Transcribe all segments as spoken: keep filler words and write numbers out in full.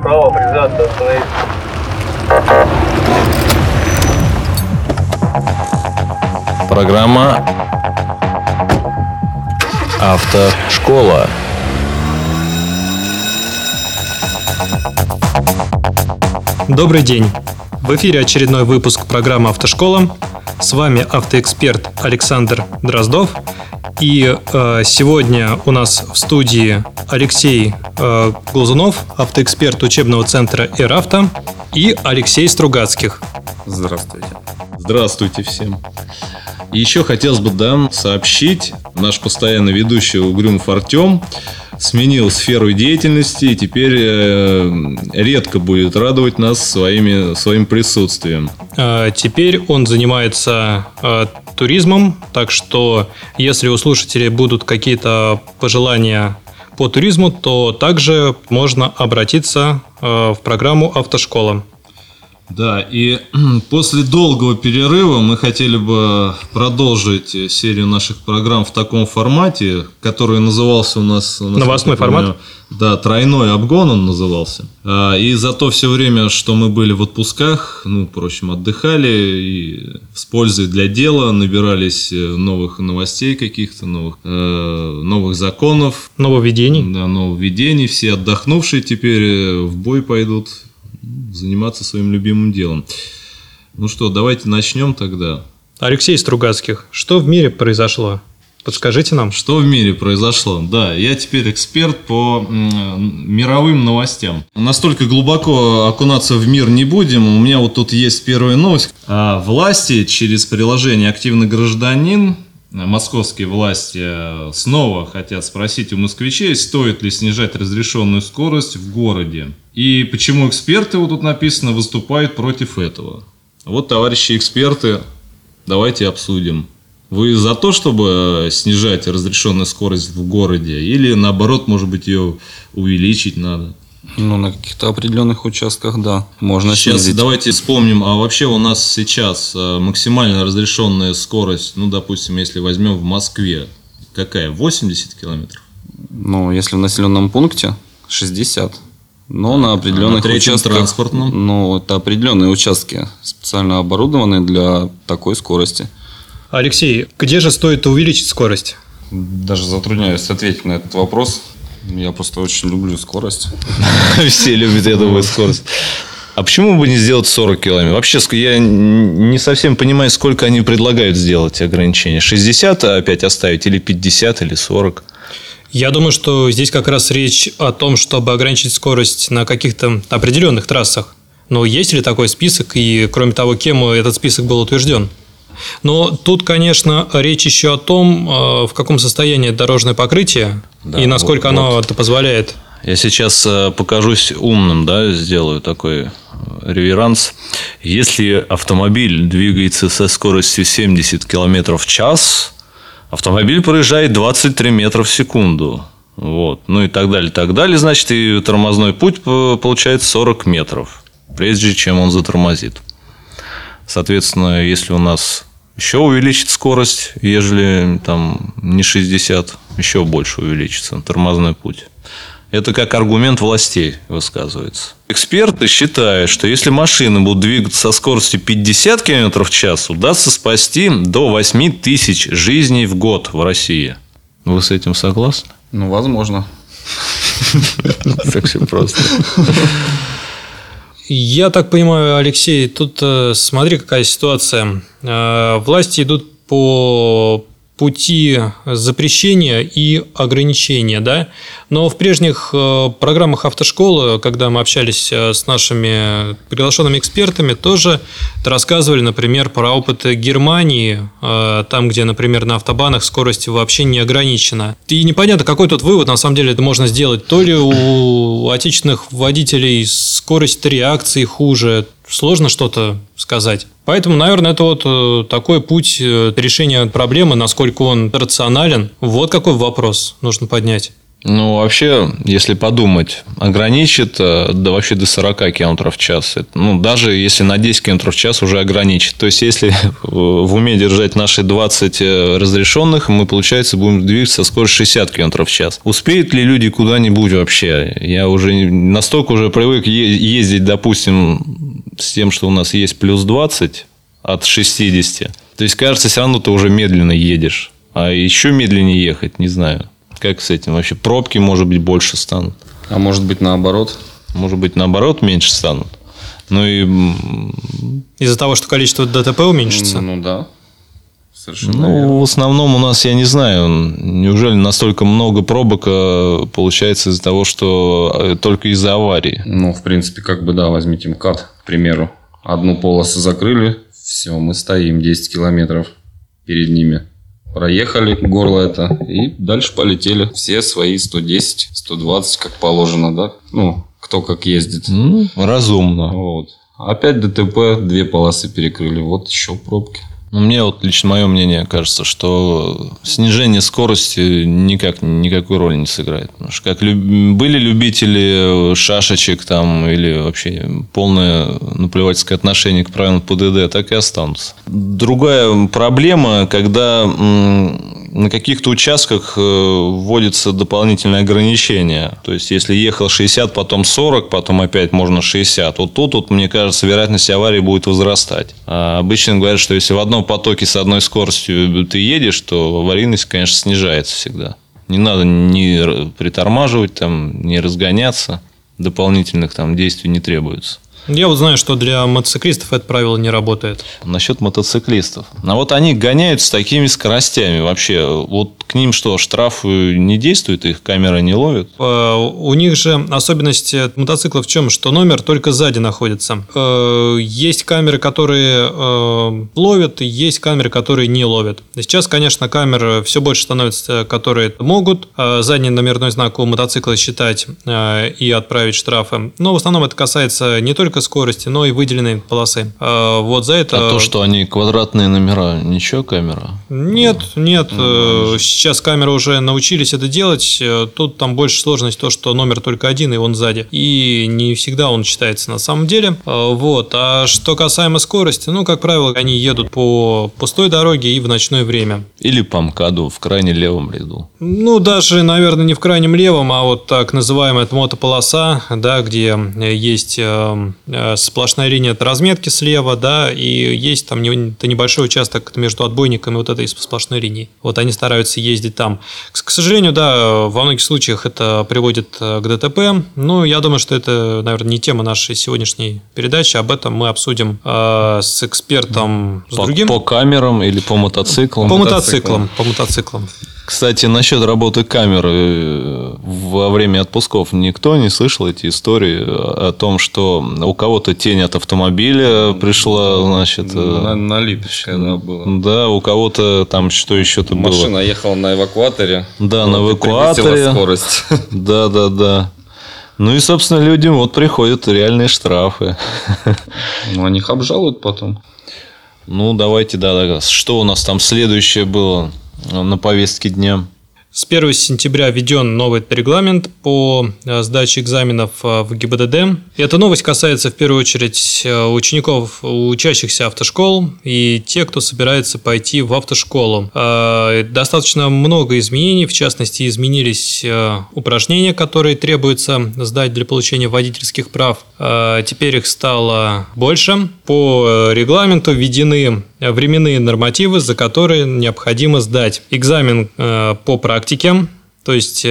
Право, признаться, остановиться. Программа «Автошкола». Добрый день! В эфире очередной выпуск программы «Автошкола». С вами автоэксперт Александр Дроздов. И э, сегодня у нас в студии Алексей э, Глазунов, автоэксперт учебного центра «Эравто», и Алексей Стругацких. Здравствуйте. Здравствуйте всем. И еще хотелось бы, да, сообщить, наш постоянный ведущий Угрюмов Артем сменил сферу деятельности и теперь э, редко будет радовать нас своими, своим присутствием. Э, теперь он занимается э, туризмом, так что если у слушателей будут какие-то пожелания по туризму, то также можно обратиться э, в программу «Автошкола». Да, и после долгого перерыва мы хотели бы продолжить серию наших программ в таком формате, который назывался у нас... Новостной формат? Да, «Тройной обгон» он назывался. И за то все время, что мы были в отпусках, ну, впрочем, отдыхали и с пользой для дела набирались новых новостей каких-то, новых, э, новых законов. Нововведений. Да, нововведений. Все отдохнувшие теперь в бой пойдут заниматься своим любимым делом. Ну что, давайте начнем тогда. Алексей Стругацких, что в мире произошло? Подскажите нам. Что в мире произошло? Да, я теперь эксперт по м, мировым новостям. Настолько глубоко окунаться в мир не будем. У меня вот тут есть первая новость. А власти через приложение «Активный гражданин», московские власти снова хотят спросить у москвичей, стоит ли снижать разрешенную скорость в городе. И почему эксперты, вот тут написано, выступают против этого. Вот, товарищи эксперты, давайте обсудим. Вы за то, чтобы снижать разрешенную скорость в городе? Или наоборот, может быть, ее увеличить надо? Ну, на каких-то определенных участках, да, можно сейчас снизить. Давайте вспомним, а вообще у нас сейчас максимально разрешенная скорость, ну, допустим, если возьмем в Москве, какая? восемьдесят километров? Ну, если в населенном пункте шестьдесят. Но на определенных а на третьем участках, транспортном? ну, это определенные участки, специально оборудованные для такой скорости. Алексей, где же стоит увеличить скорость? Даже затрудняюсь ответить на этот вопрос. Я просто очень люблю скорость. Все любят, я думаю, скорость. А почему бы не сделать сорок километров? Вообще, я не совсем понимаю, сколько они предлагают сделать ограничения. шестьдесят опять оставить или пятьдесят, или сорок? Я думаю, что здесь как раз речь о том, чтобы ограничить скорость на каких-то определенных трассах. Но есть ли такой список? И, кроме того, кем этот список был утвержден? Но тут, конечно, речь еще о том, в каком состоянии дорожное покрытие, да, и насколько вот, оно вот. это позволяет. Я сейчас покажусь умным, да, сделаю такой реверанс. Если автомобиль двигается со скоростью семьдесят километров в час, автомобиль проезжает двадцать три метра в секунду. Вот. Ну и так далее, так далее. Значит, и тормозной путь получается сорок метров, прежде чем он затормозит. Соответственно, если у нас еще увеличит скорость, ежели там не шестьдесят, еще больше увеличится тормозной путь. Это как аргумент властей высказывается. Эксперты считают, что если машины будут двигаться со скоростью пятьдесят километров в час, удастся спасти до восемь тысяч жизней в год в России. Вы с этим согласны? Ну, возможно. Так все просто. Я так понимаю, Алексей, тут э, смотри, какая ситуация. Э, власти идут по пути запрещения и ограничения, да? Но в прежних э, программах автошколы, когда мы общались с нашими приглашенными экспертами, тоже рассказывали, например, про опыт Германии, э, там, где, например, на автобанах скорость вообще не ограничена. И непонятно, какой тут вывод на самом деле это можно сделать. То ли у отечественных водителей скорость реакции хуже, сложно что-то сказать. Поэтому, наверное, это вот такой путь решения проблемы, насколько он рационален. Вот какой вопрос нужно поднять. Ну, вообще, если подумать, ограничит да, вообще до сорок километров в час. Это, ну, даже если на десять километров в час уже ограничит. То есть, если в уме держать наши двадцать разрешенных, мы, получается, будем двигаться со скоростью шестьдесят километров в час. Успеют ли люди куда-нибудь вообще? Я уже настолько уже привык ездить, допустим, с тем, что у нас есть плюс двадцать от шестидесяти. То есть, кажется, все равно ты уже медленно едешь. А еще медленнее ехать, не знаю. Как с этим вообще? Пробки, может быть, больше станут. А может быть, наоборот? Может быть, наоборот, меньше станут. Ну и... Из-за того, что количество ДТП уменьшится? Ну, ну да. Совершенно Ну, верно. в основном у нас, я не знаю, неужели настолько много пробок получается из-за того, что только из-за аварии? Ну, в принципе, как бы, да, возьмите МКАД, к примеру. Одну полосу закрыли, все, мы стоим десять километров перед ними. Проехали горло это и дальше полетели. Все свои сто десять, сто двадцать, как положено, да? Ну, кто как ездит. Ну, разумно. Вот. Опять ДТП, две полосы перекрыли. Вот еще пробки. Ну, мне вот лично мое мнение кажется, что снижение скорости никак никакой роли не сыграет. Потому что как люб... были любители шашечек там или вообще полное наплевательское отношение к правилам ПДД, так и останутся. Другая проблема, когда на каких-то участках вводятся дополнительные ограничения. То есть, если ехал шестьдесят, потом сорок, потом опять можно шестьдесят. Вот тут, вот, мне кажется, вероятность аварии будет возрастать. А обычно говорят, что если в одном потоке с одной скоростью ты едешь, то аварийность, конечно, снижается всегда. Не надо ни притормаживать, там, ни разгоняться. Дополнительных там действий не требуется. Я вот знаю, что для мотоциклистов это правило не работает. Насчет мотоциклистов. А вот они гоняют с такими скоростями вообще. Вот к ним что, штрафы не действуют, их камера не ловит? У них же особенность мотоцикла в чем? Что номер только сзади находится. Есть камеры, которые ловят, и есть камеры, которые не ловят. Сейчас, конечно, камер все больше становится, которые могут задний номерной знак у мотоцикла считать и отправить штрафы. Но в основном это касается не только скорости, но и выделенной полосы. Вот за это... А то, что они квадратные номера, ничего камера? Нет, нет. Сейчас камеры уже научились это делать. Тут там больше сложность то, что номер только один, и он сзади. И не всегда он считается на самом деле. Вот. А что касаемо скорости, ну, как правило, они едут по пустой дороге и в ночное время. Или по МКАДу в крайне левом ряду. Ну, даже, наверное, не в крайнем левом, а вот так называемая мотополоса, да, где есть сплошная линия от разметки слева, да, и есть там небольшой участок между отбойниками вот этой сплошной линии. Вот они стараются ездить там. К сожалению, да, во многих случаях это приводит к ДТП. Ну, я думаю, что это, наверное, не тема нашей сегодняшней передачи. Об этом мы обсудим э, с экспертом, с по, другим. По камерам или по мотоциклам? По мотоциклам. По мотоциклам. Кстати, насчет работы камеры во время отпусков. Никто не слышал эти истории о том, что у кого-то тень от автомобиля пришла, значит... На, на Липецкой, да, было. Да, у кого-то там что еще-то было. Машина ехала на эвакуаторе. Да, вот, на эвакуаторе. Скорость. Да, да, да. Ну и, собственно, людям вот приходят реальные штрафы. Ну, они их обжалуют потом. Ну, давайте, да, да. Что у нас там следующее было на повестке дня? С первого сентября введен новый регламент по сдаче экзаменов в ГИБДД. Эта новость касается в первую очередь учеников, учащихся автошкол и тех, кто собирается пойти в автошколу. Достаточно много изменений, в частности, изменились упражнения, которые требуется сдать для получения водительских прав. Теперь их стало больше. По регламенту введены временные нормативы, за которые необходимо сдать экзамен по практике. То есть,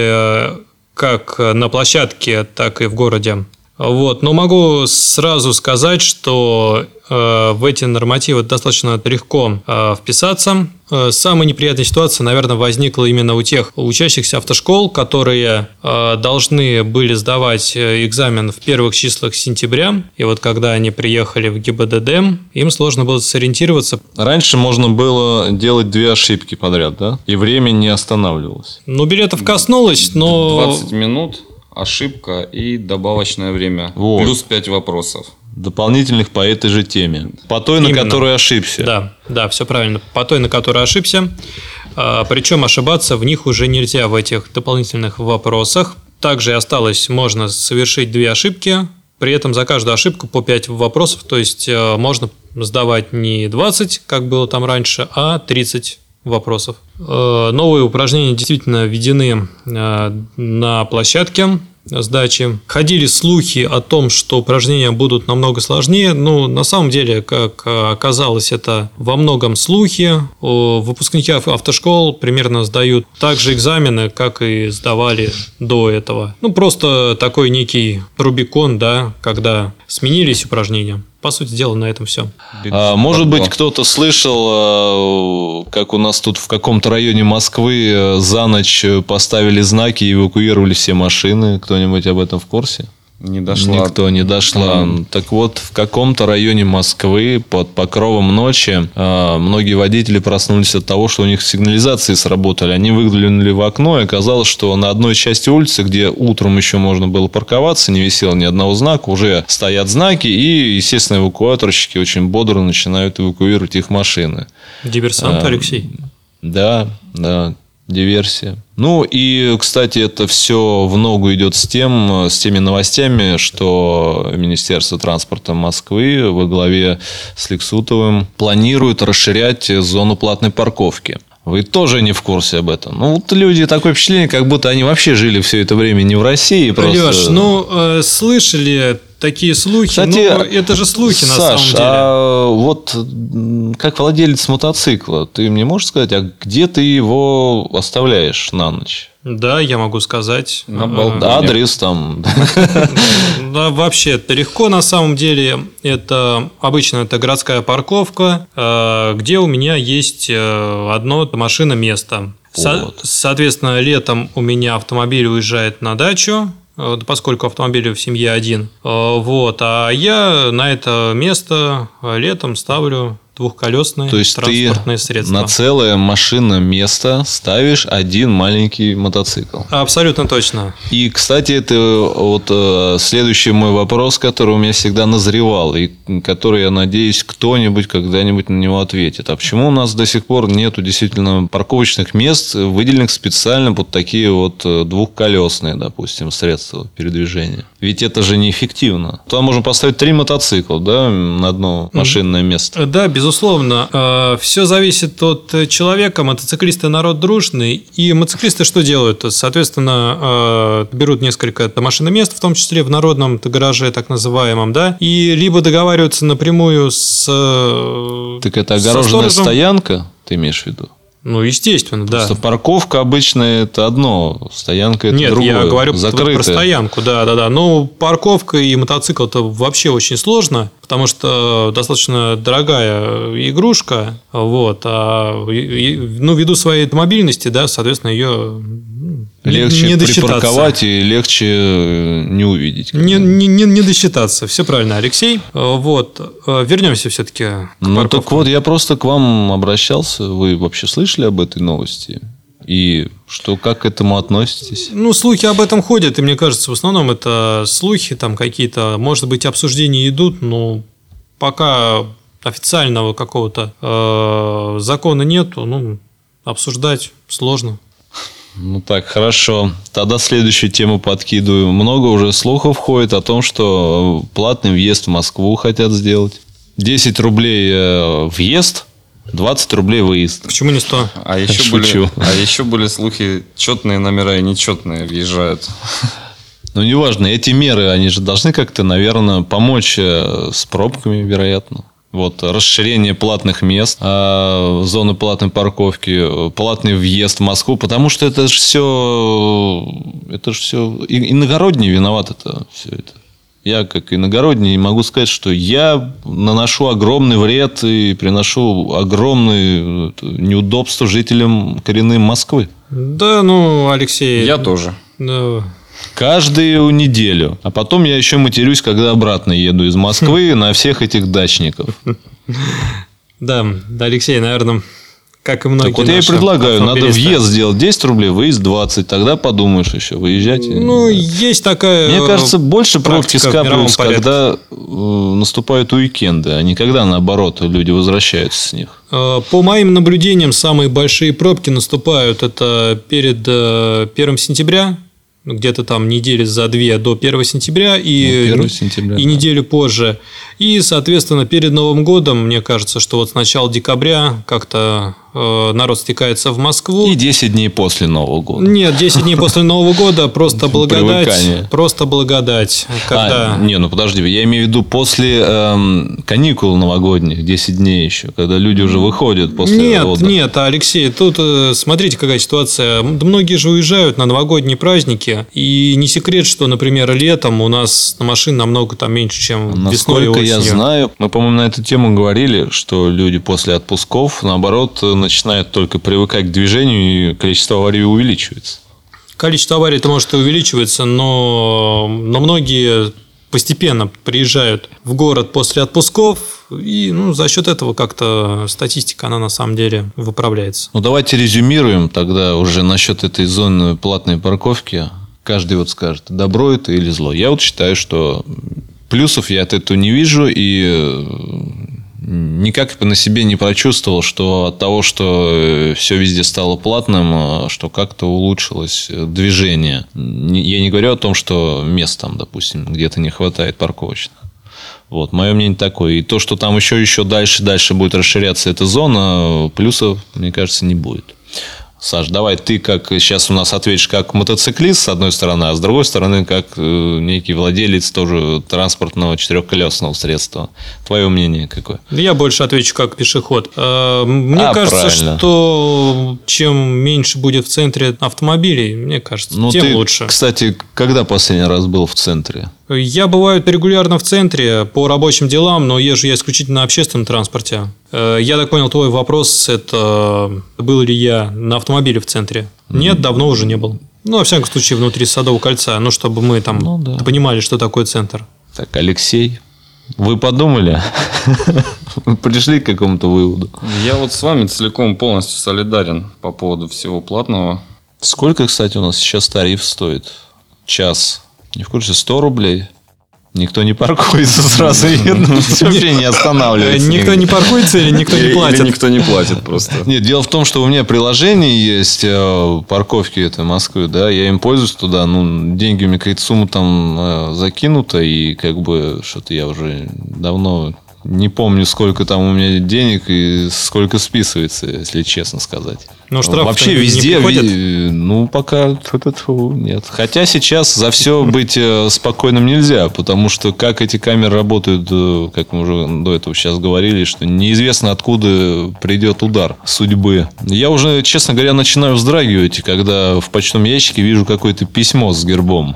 как на площадке, так и в городе. Вот. Но могу сразу сказать, что в эти нормативы достаточно легко вписаться. Самая неприятная ситуация, наверное, возникла именно у тех учащихся автошкол, которые должны были сдавать экзамен в первых числах сентября. И вот когда они приехали в ГИБДД, им сложно было сориентироваться. Раньше можно было делать две ошибки подряд, да? И время не останавливалось. Ну, билетов коснулось, но... двадцать минут, ошибка и добавочное время. Вот. Плюс пять вопросов. Дополнительных по этой же теме. По той, на Именно. которой ошибся. Да, да, все правильно. По той, на которой ошибся. Причем ошибаться в них уже нельзя в этих дополнительных вопросах. Также осталось, можно совершить две ошибки, при этом за каждую ошибку по пять вопросов, то есть можно сдавать не двадцать, как было там раньше, а тридцать вопросов. Новые упражнения действительно введены на площадке сдачи. Ходили слухи о том, что упражнения будут намного сложнее. Ну, на самом деле, как оказалось, это во многом слухи. Выпускники автошкол примерно сдают так же экзамены, как и сдавали до этого. Ну, просто такой некий Рубикон, да, когда сменились упражнения. По сути дела, на этом все. А, может быть, кто-то слышал, как у нас тут в каком-то районе Москвы за ночь поставили знаки и эвакуировали все машины. Кто-нибудь об этом в курсе? Не дошла. Никто не дошла. Mm. Так вот, в каком-то районе Москвы под покровом ночи э, многие водители проснулись от того, что у них сигнализации сработали. Они выглянули в окно, и оказалось, что на одной части улицы, где утром еще можно было парковаться, не висело ни одного знака, уже стоят знаки, и, естественно, эвакуаторщики очень бодро начинают эвакуировать их машины. Диверсант, а, Алексей. Да, да. Диверсия. Ну и, кстати, это все в ногу идет с тем, с теми новостями, что Министерство транспорта Москвы во главе с Лексутовым планирует расширять зону платной парковки. Вы тоже не в курсе об этом. Ну, вот люди, такое впечатление, как будто они вообще жили все это время не в России. Просто... Леш, ну, э, слышали такие слухи, Кстати, но это же слухи, на Саш, самом деле. А вот как владелец мотоцикла, ты мне можешь сказать, а где ты его оставляешь на ночь? Да, я могу сказать. На балконе. Адрес там. Да, вообще, это легко на самом деле. Это обычно это городская парковка, где у меня есть одно машина место. Вот. Соответственно, летом у меня автомобиль уезжает на дачу, поскольку автомобиль в семье один. Вот, а я на это место летом ставлю двухколесные То есть транспортные ты средства. на целое машинное место ставишь один маленький мотоцикл. Абсолютно точно. И, кстати, это вот э, следующий мой вопрос, который у меня всегда назревал, и который, я надеюсь, кто-нибудь когда-нибудь на него ответит. А почему у нас до сих пор нету действительно парковочных мест, выделенных специально под такие вот двухколесные, допустим, средства передвижения? Ведь это же неэффективно. Туда можно поставить три мотоцикла, да, на одно машинное место. Да, безусловно. Все зависит от человека. Мотоциклисты народ дружный. И мотоциклисты что делают? Соответственно, берут несколько машиномест, в том числе в народном гараже, так называемом, да, и либо договариваются напрямую с... Так это огороженная стоянка, ты имеешь в виду? Ну, естественно, да. Просто парковка обычно это одно, стоянка это Нет, другое. я говорю закрытая. Про стоянку, да, да, да. Но парковка и мотоцикл это вообще очень сложно, потому что достаточно дорогая игрушка, вот, а ну, ввиду своей мобильности, да, соответственно, ее легче не припарковать и легче не увидеть. Не, не, не, не досчитаться. Все правильно, Алексей. Вот. Вернемся все-таки к Ну, парковкам. так вот, я просто к вам обращался. Вы вообще слышали об этой новости? И что, как к этому относитесь? Ну, слухи об этом ходят, и мне кажется, в основном это слухи, там какие-то, может быть, обсуждения идут, но пока официального какого-то э, закона нету, ну, обсуждать сложно. Ну так, хорошо. Тогда следующую тему подкидываю. Много уже слухов ходит о том, что платный въезд в Москву хотят сделать. десять рублей въезд, двадцать рублей выезд. Почему не сто? А еще, Шучу. были, а еще были слухи, четные номера и нечетные въезжают. Ну, неважно, эти меры, они же должны как-то, наверное, помочь с пробками, вероятно. Вот, расширение платных мест, э, зоны платной парковки, платный въезд в Москву, потому что это же все, это же все, иногородние виноват это все это. Я, как иногородний, могу сказать, что я наношу огромный вред и приношу огромные неудобства жителям коренным Москвы. Да, ну, Алексей... Я тоже. Да. Каждую неделю. А потом я еще матерюсь, когда обратно еду из Москвы на всех этих дачников. Да, да, Алексей, наверное, как и многие Так вот я и наши предлагаю, надо автомобилисты. въезд сделать десять рублей, выезд двадцать, тогда подумаешь еще, выезжать. или Ну, нет. есть такая... Мне кажется, больше пробки практика в мировом скапливаются, порядке. когда э, наступают уикенды, а не когда, наоборот, люди возвращаются с них. Э, По моим наблюдениям, самые большие пробки наступают это перед э, первым сентября, где-то там недели за две до первого сентября и, Ну, первого сентября, и да. неделю позже. И, соответственно, перед Новым годом, мне кажется, что вот с начала декабря как-то э, народ стекается в Москву. И десять дней после Нового года. Нет, десять дней после Нового года просто благодать. Привыкание. Просто благодать. Когда... А, не, ну подожди, я имею в виду после эм, каникул новогодних, десять дней еще, когда люди уже выходят после Нет, отдыха. нет, Алексей, тут э, смотрите, какая ситуация. Да многие же уезжают на новогодние праздники, и не секрет, что, например, летом у нас на машин намного там меньше, чем весной и Насколько осенью. я знаю, мы, по-моему, на эту тему говорили, что люди после отпусков, наоборот, начинают только привыкать к движению, и количество аварий увеличивается. Количество аварий-то может и увеличивается, но, но многие постепенно приезжают в город после отпусков, и ну, за счет этого как-то статистика, она на самом деле выправляется. Ну, давайте резюмируем тогда уже насчет этой зоны платной парковки. Каждый вот скажет, добро это или зло. Я вот считаю, что плюсов я от этого не вижу, и никак на себе не прочувствовал, что от того, что все везде стало платным, что как-то улучшилось движение. Я не говорю о том, что мест там, допустим, где-то не хватает парковочных. Вот, мое мнение такое. И то, что там еще, еще дальше, дальше будет расширяться эта зона, плюсов, мне кажется, не будет. Саш, давай ты как сейчас у нас ответишь как мотоциклист с одной стороны, а с другой стороны как э, некий владелец тоже транспортного четырехколесного средства. Твое мнение какое? Я больше отвечу как пешеход. Э, Мне А, кажется, правильно. что чем меньше будет в центре автомобилей, мне кажется, Ну, тем ты, лучше. кстати, когда последний раз был в центре? Я бываю регулярно в центре по рабочим делам, но езжу я исключительно на общественном транспорте. Э, Я так понял, твой вопрос – это был ли я на автомобиле в центре? Нет, давно уже не был. Ну, во всяком случае, внутри Садового кольца, ну, чтобы мы там Ну, да. понимали, что такое центр. Так, Алексей, вы подумали? Вы пришли к какому-то выводу? Я вот с вами целиком полностью солидарен по поводу всего платного. Сколько, кстати, у нас сейчас тариф стоит? Час. Не в курсе, сто рублей? Никто не паркуется сразу, видно, вообще не останавливается. Никто не паркуется или никто не Или- платит? Или никто не платит просто. Нет, дело в том, что у меня приложение есть, э, парковки это Москвы, да, я им пользуюсь туда, ну, деньги у меня какая-то сумма там э, закинута, и как бы что-то я уже давно не помню, сколько там у меня денег и сколько списывается, если честно сказать. Но штрафы-то Вообще не- не везде, приходят? ви- ну, пока тьфу-тьфу, нет. Хотя сейчас за все быть э, спокойным нельзя, потому что как эти камеры работают, э, как мы уже до этого сейчас говорили, что неизвестно, откуда придет удар судьбы. Я уже, честно говоря, начинаю вздрагивать, когда в почтовом ящике вижу какое-то письмо с гербом.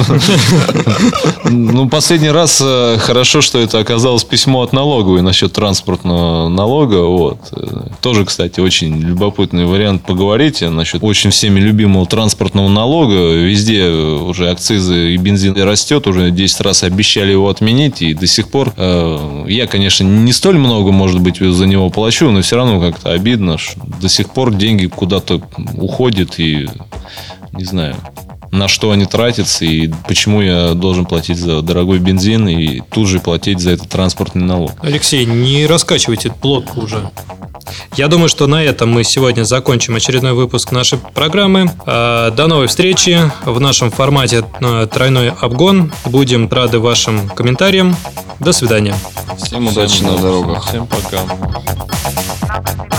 Ну, последний раз э, хорошо, что это оказалось письмо от налоговой насчет транспортного налога. Вот. Э, Тоже, кстати, очень любопытный вариант поговорить насчет очень всеми любимого транспортного налога. Везде уже акцизы и бензин растет, уже десять раз обещали его отменить, и до сих пор э, я, конечно, не столь много, может быть, за него плачу, но все равно как-то обидно, что до сих пор деньги куда-то уходят, и не знаю, на что они тратятся, и почему я должен платить за дорогой бензин и тут же платить за этот транспортный налог. Алексей, не раскачивайте эту лодку уже. Я думаю, что на этом мы сегодня закончим очередной выпуск нашей программы. А, До новой встречи в нашем формате э, «Тройной обгон». Будем рады вашим комментариям. До свидания. Всем удачи на дорогах. Всем пока.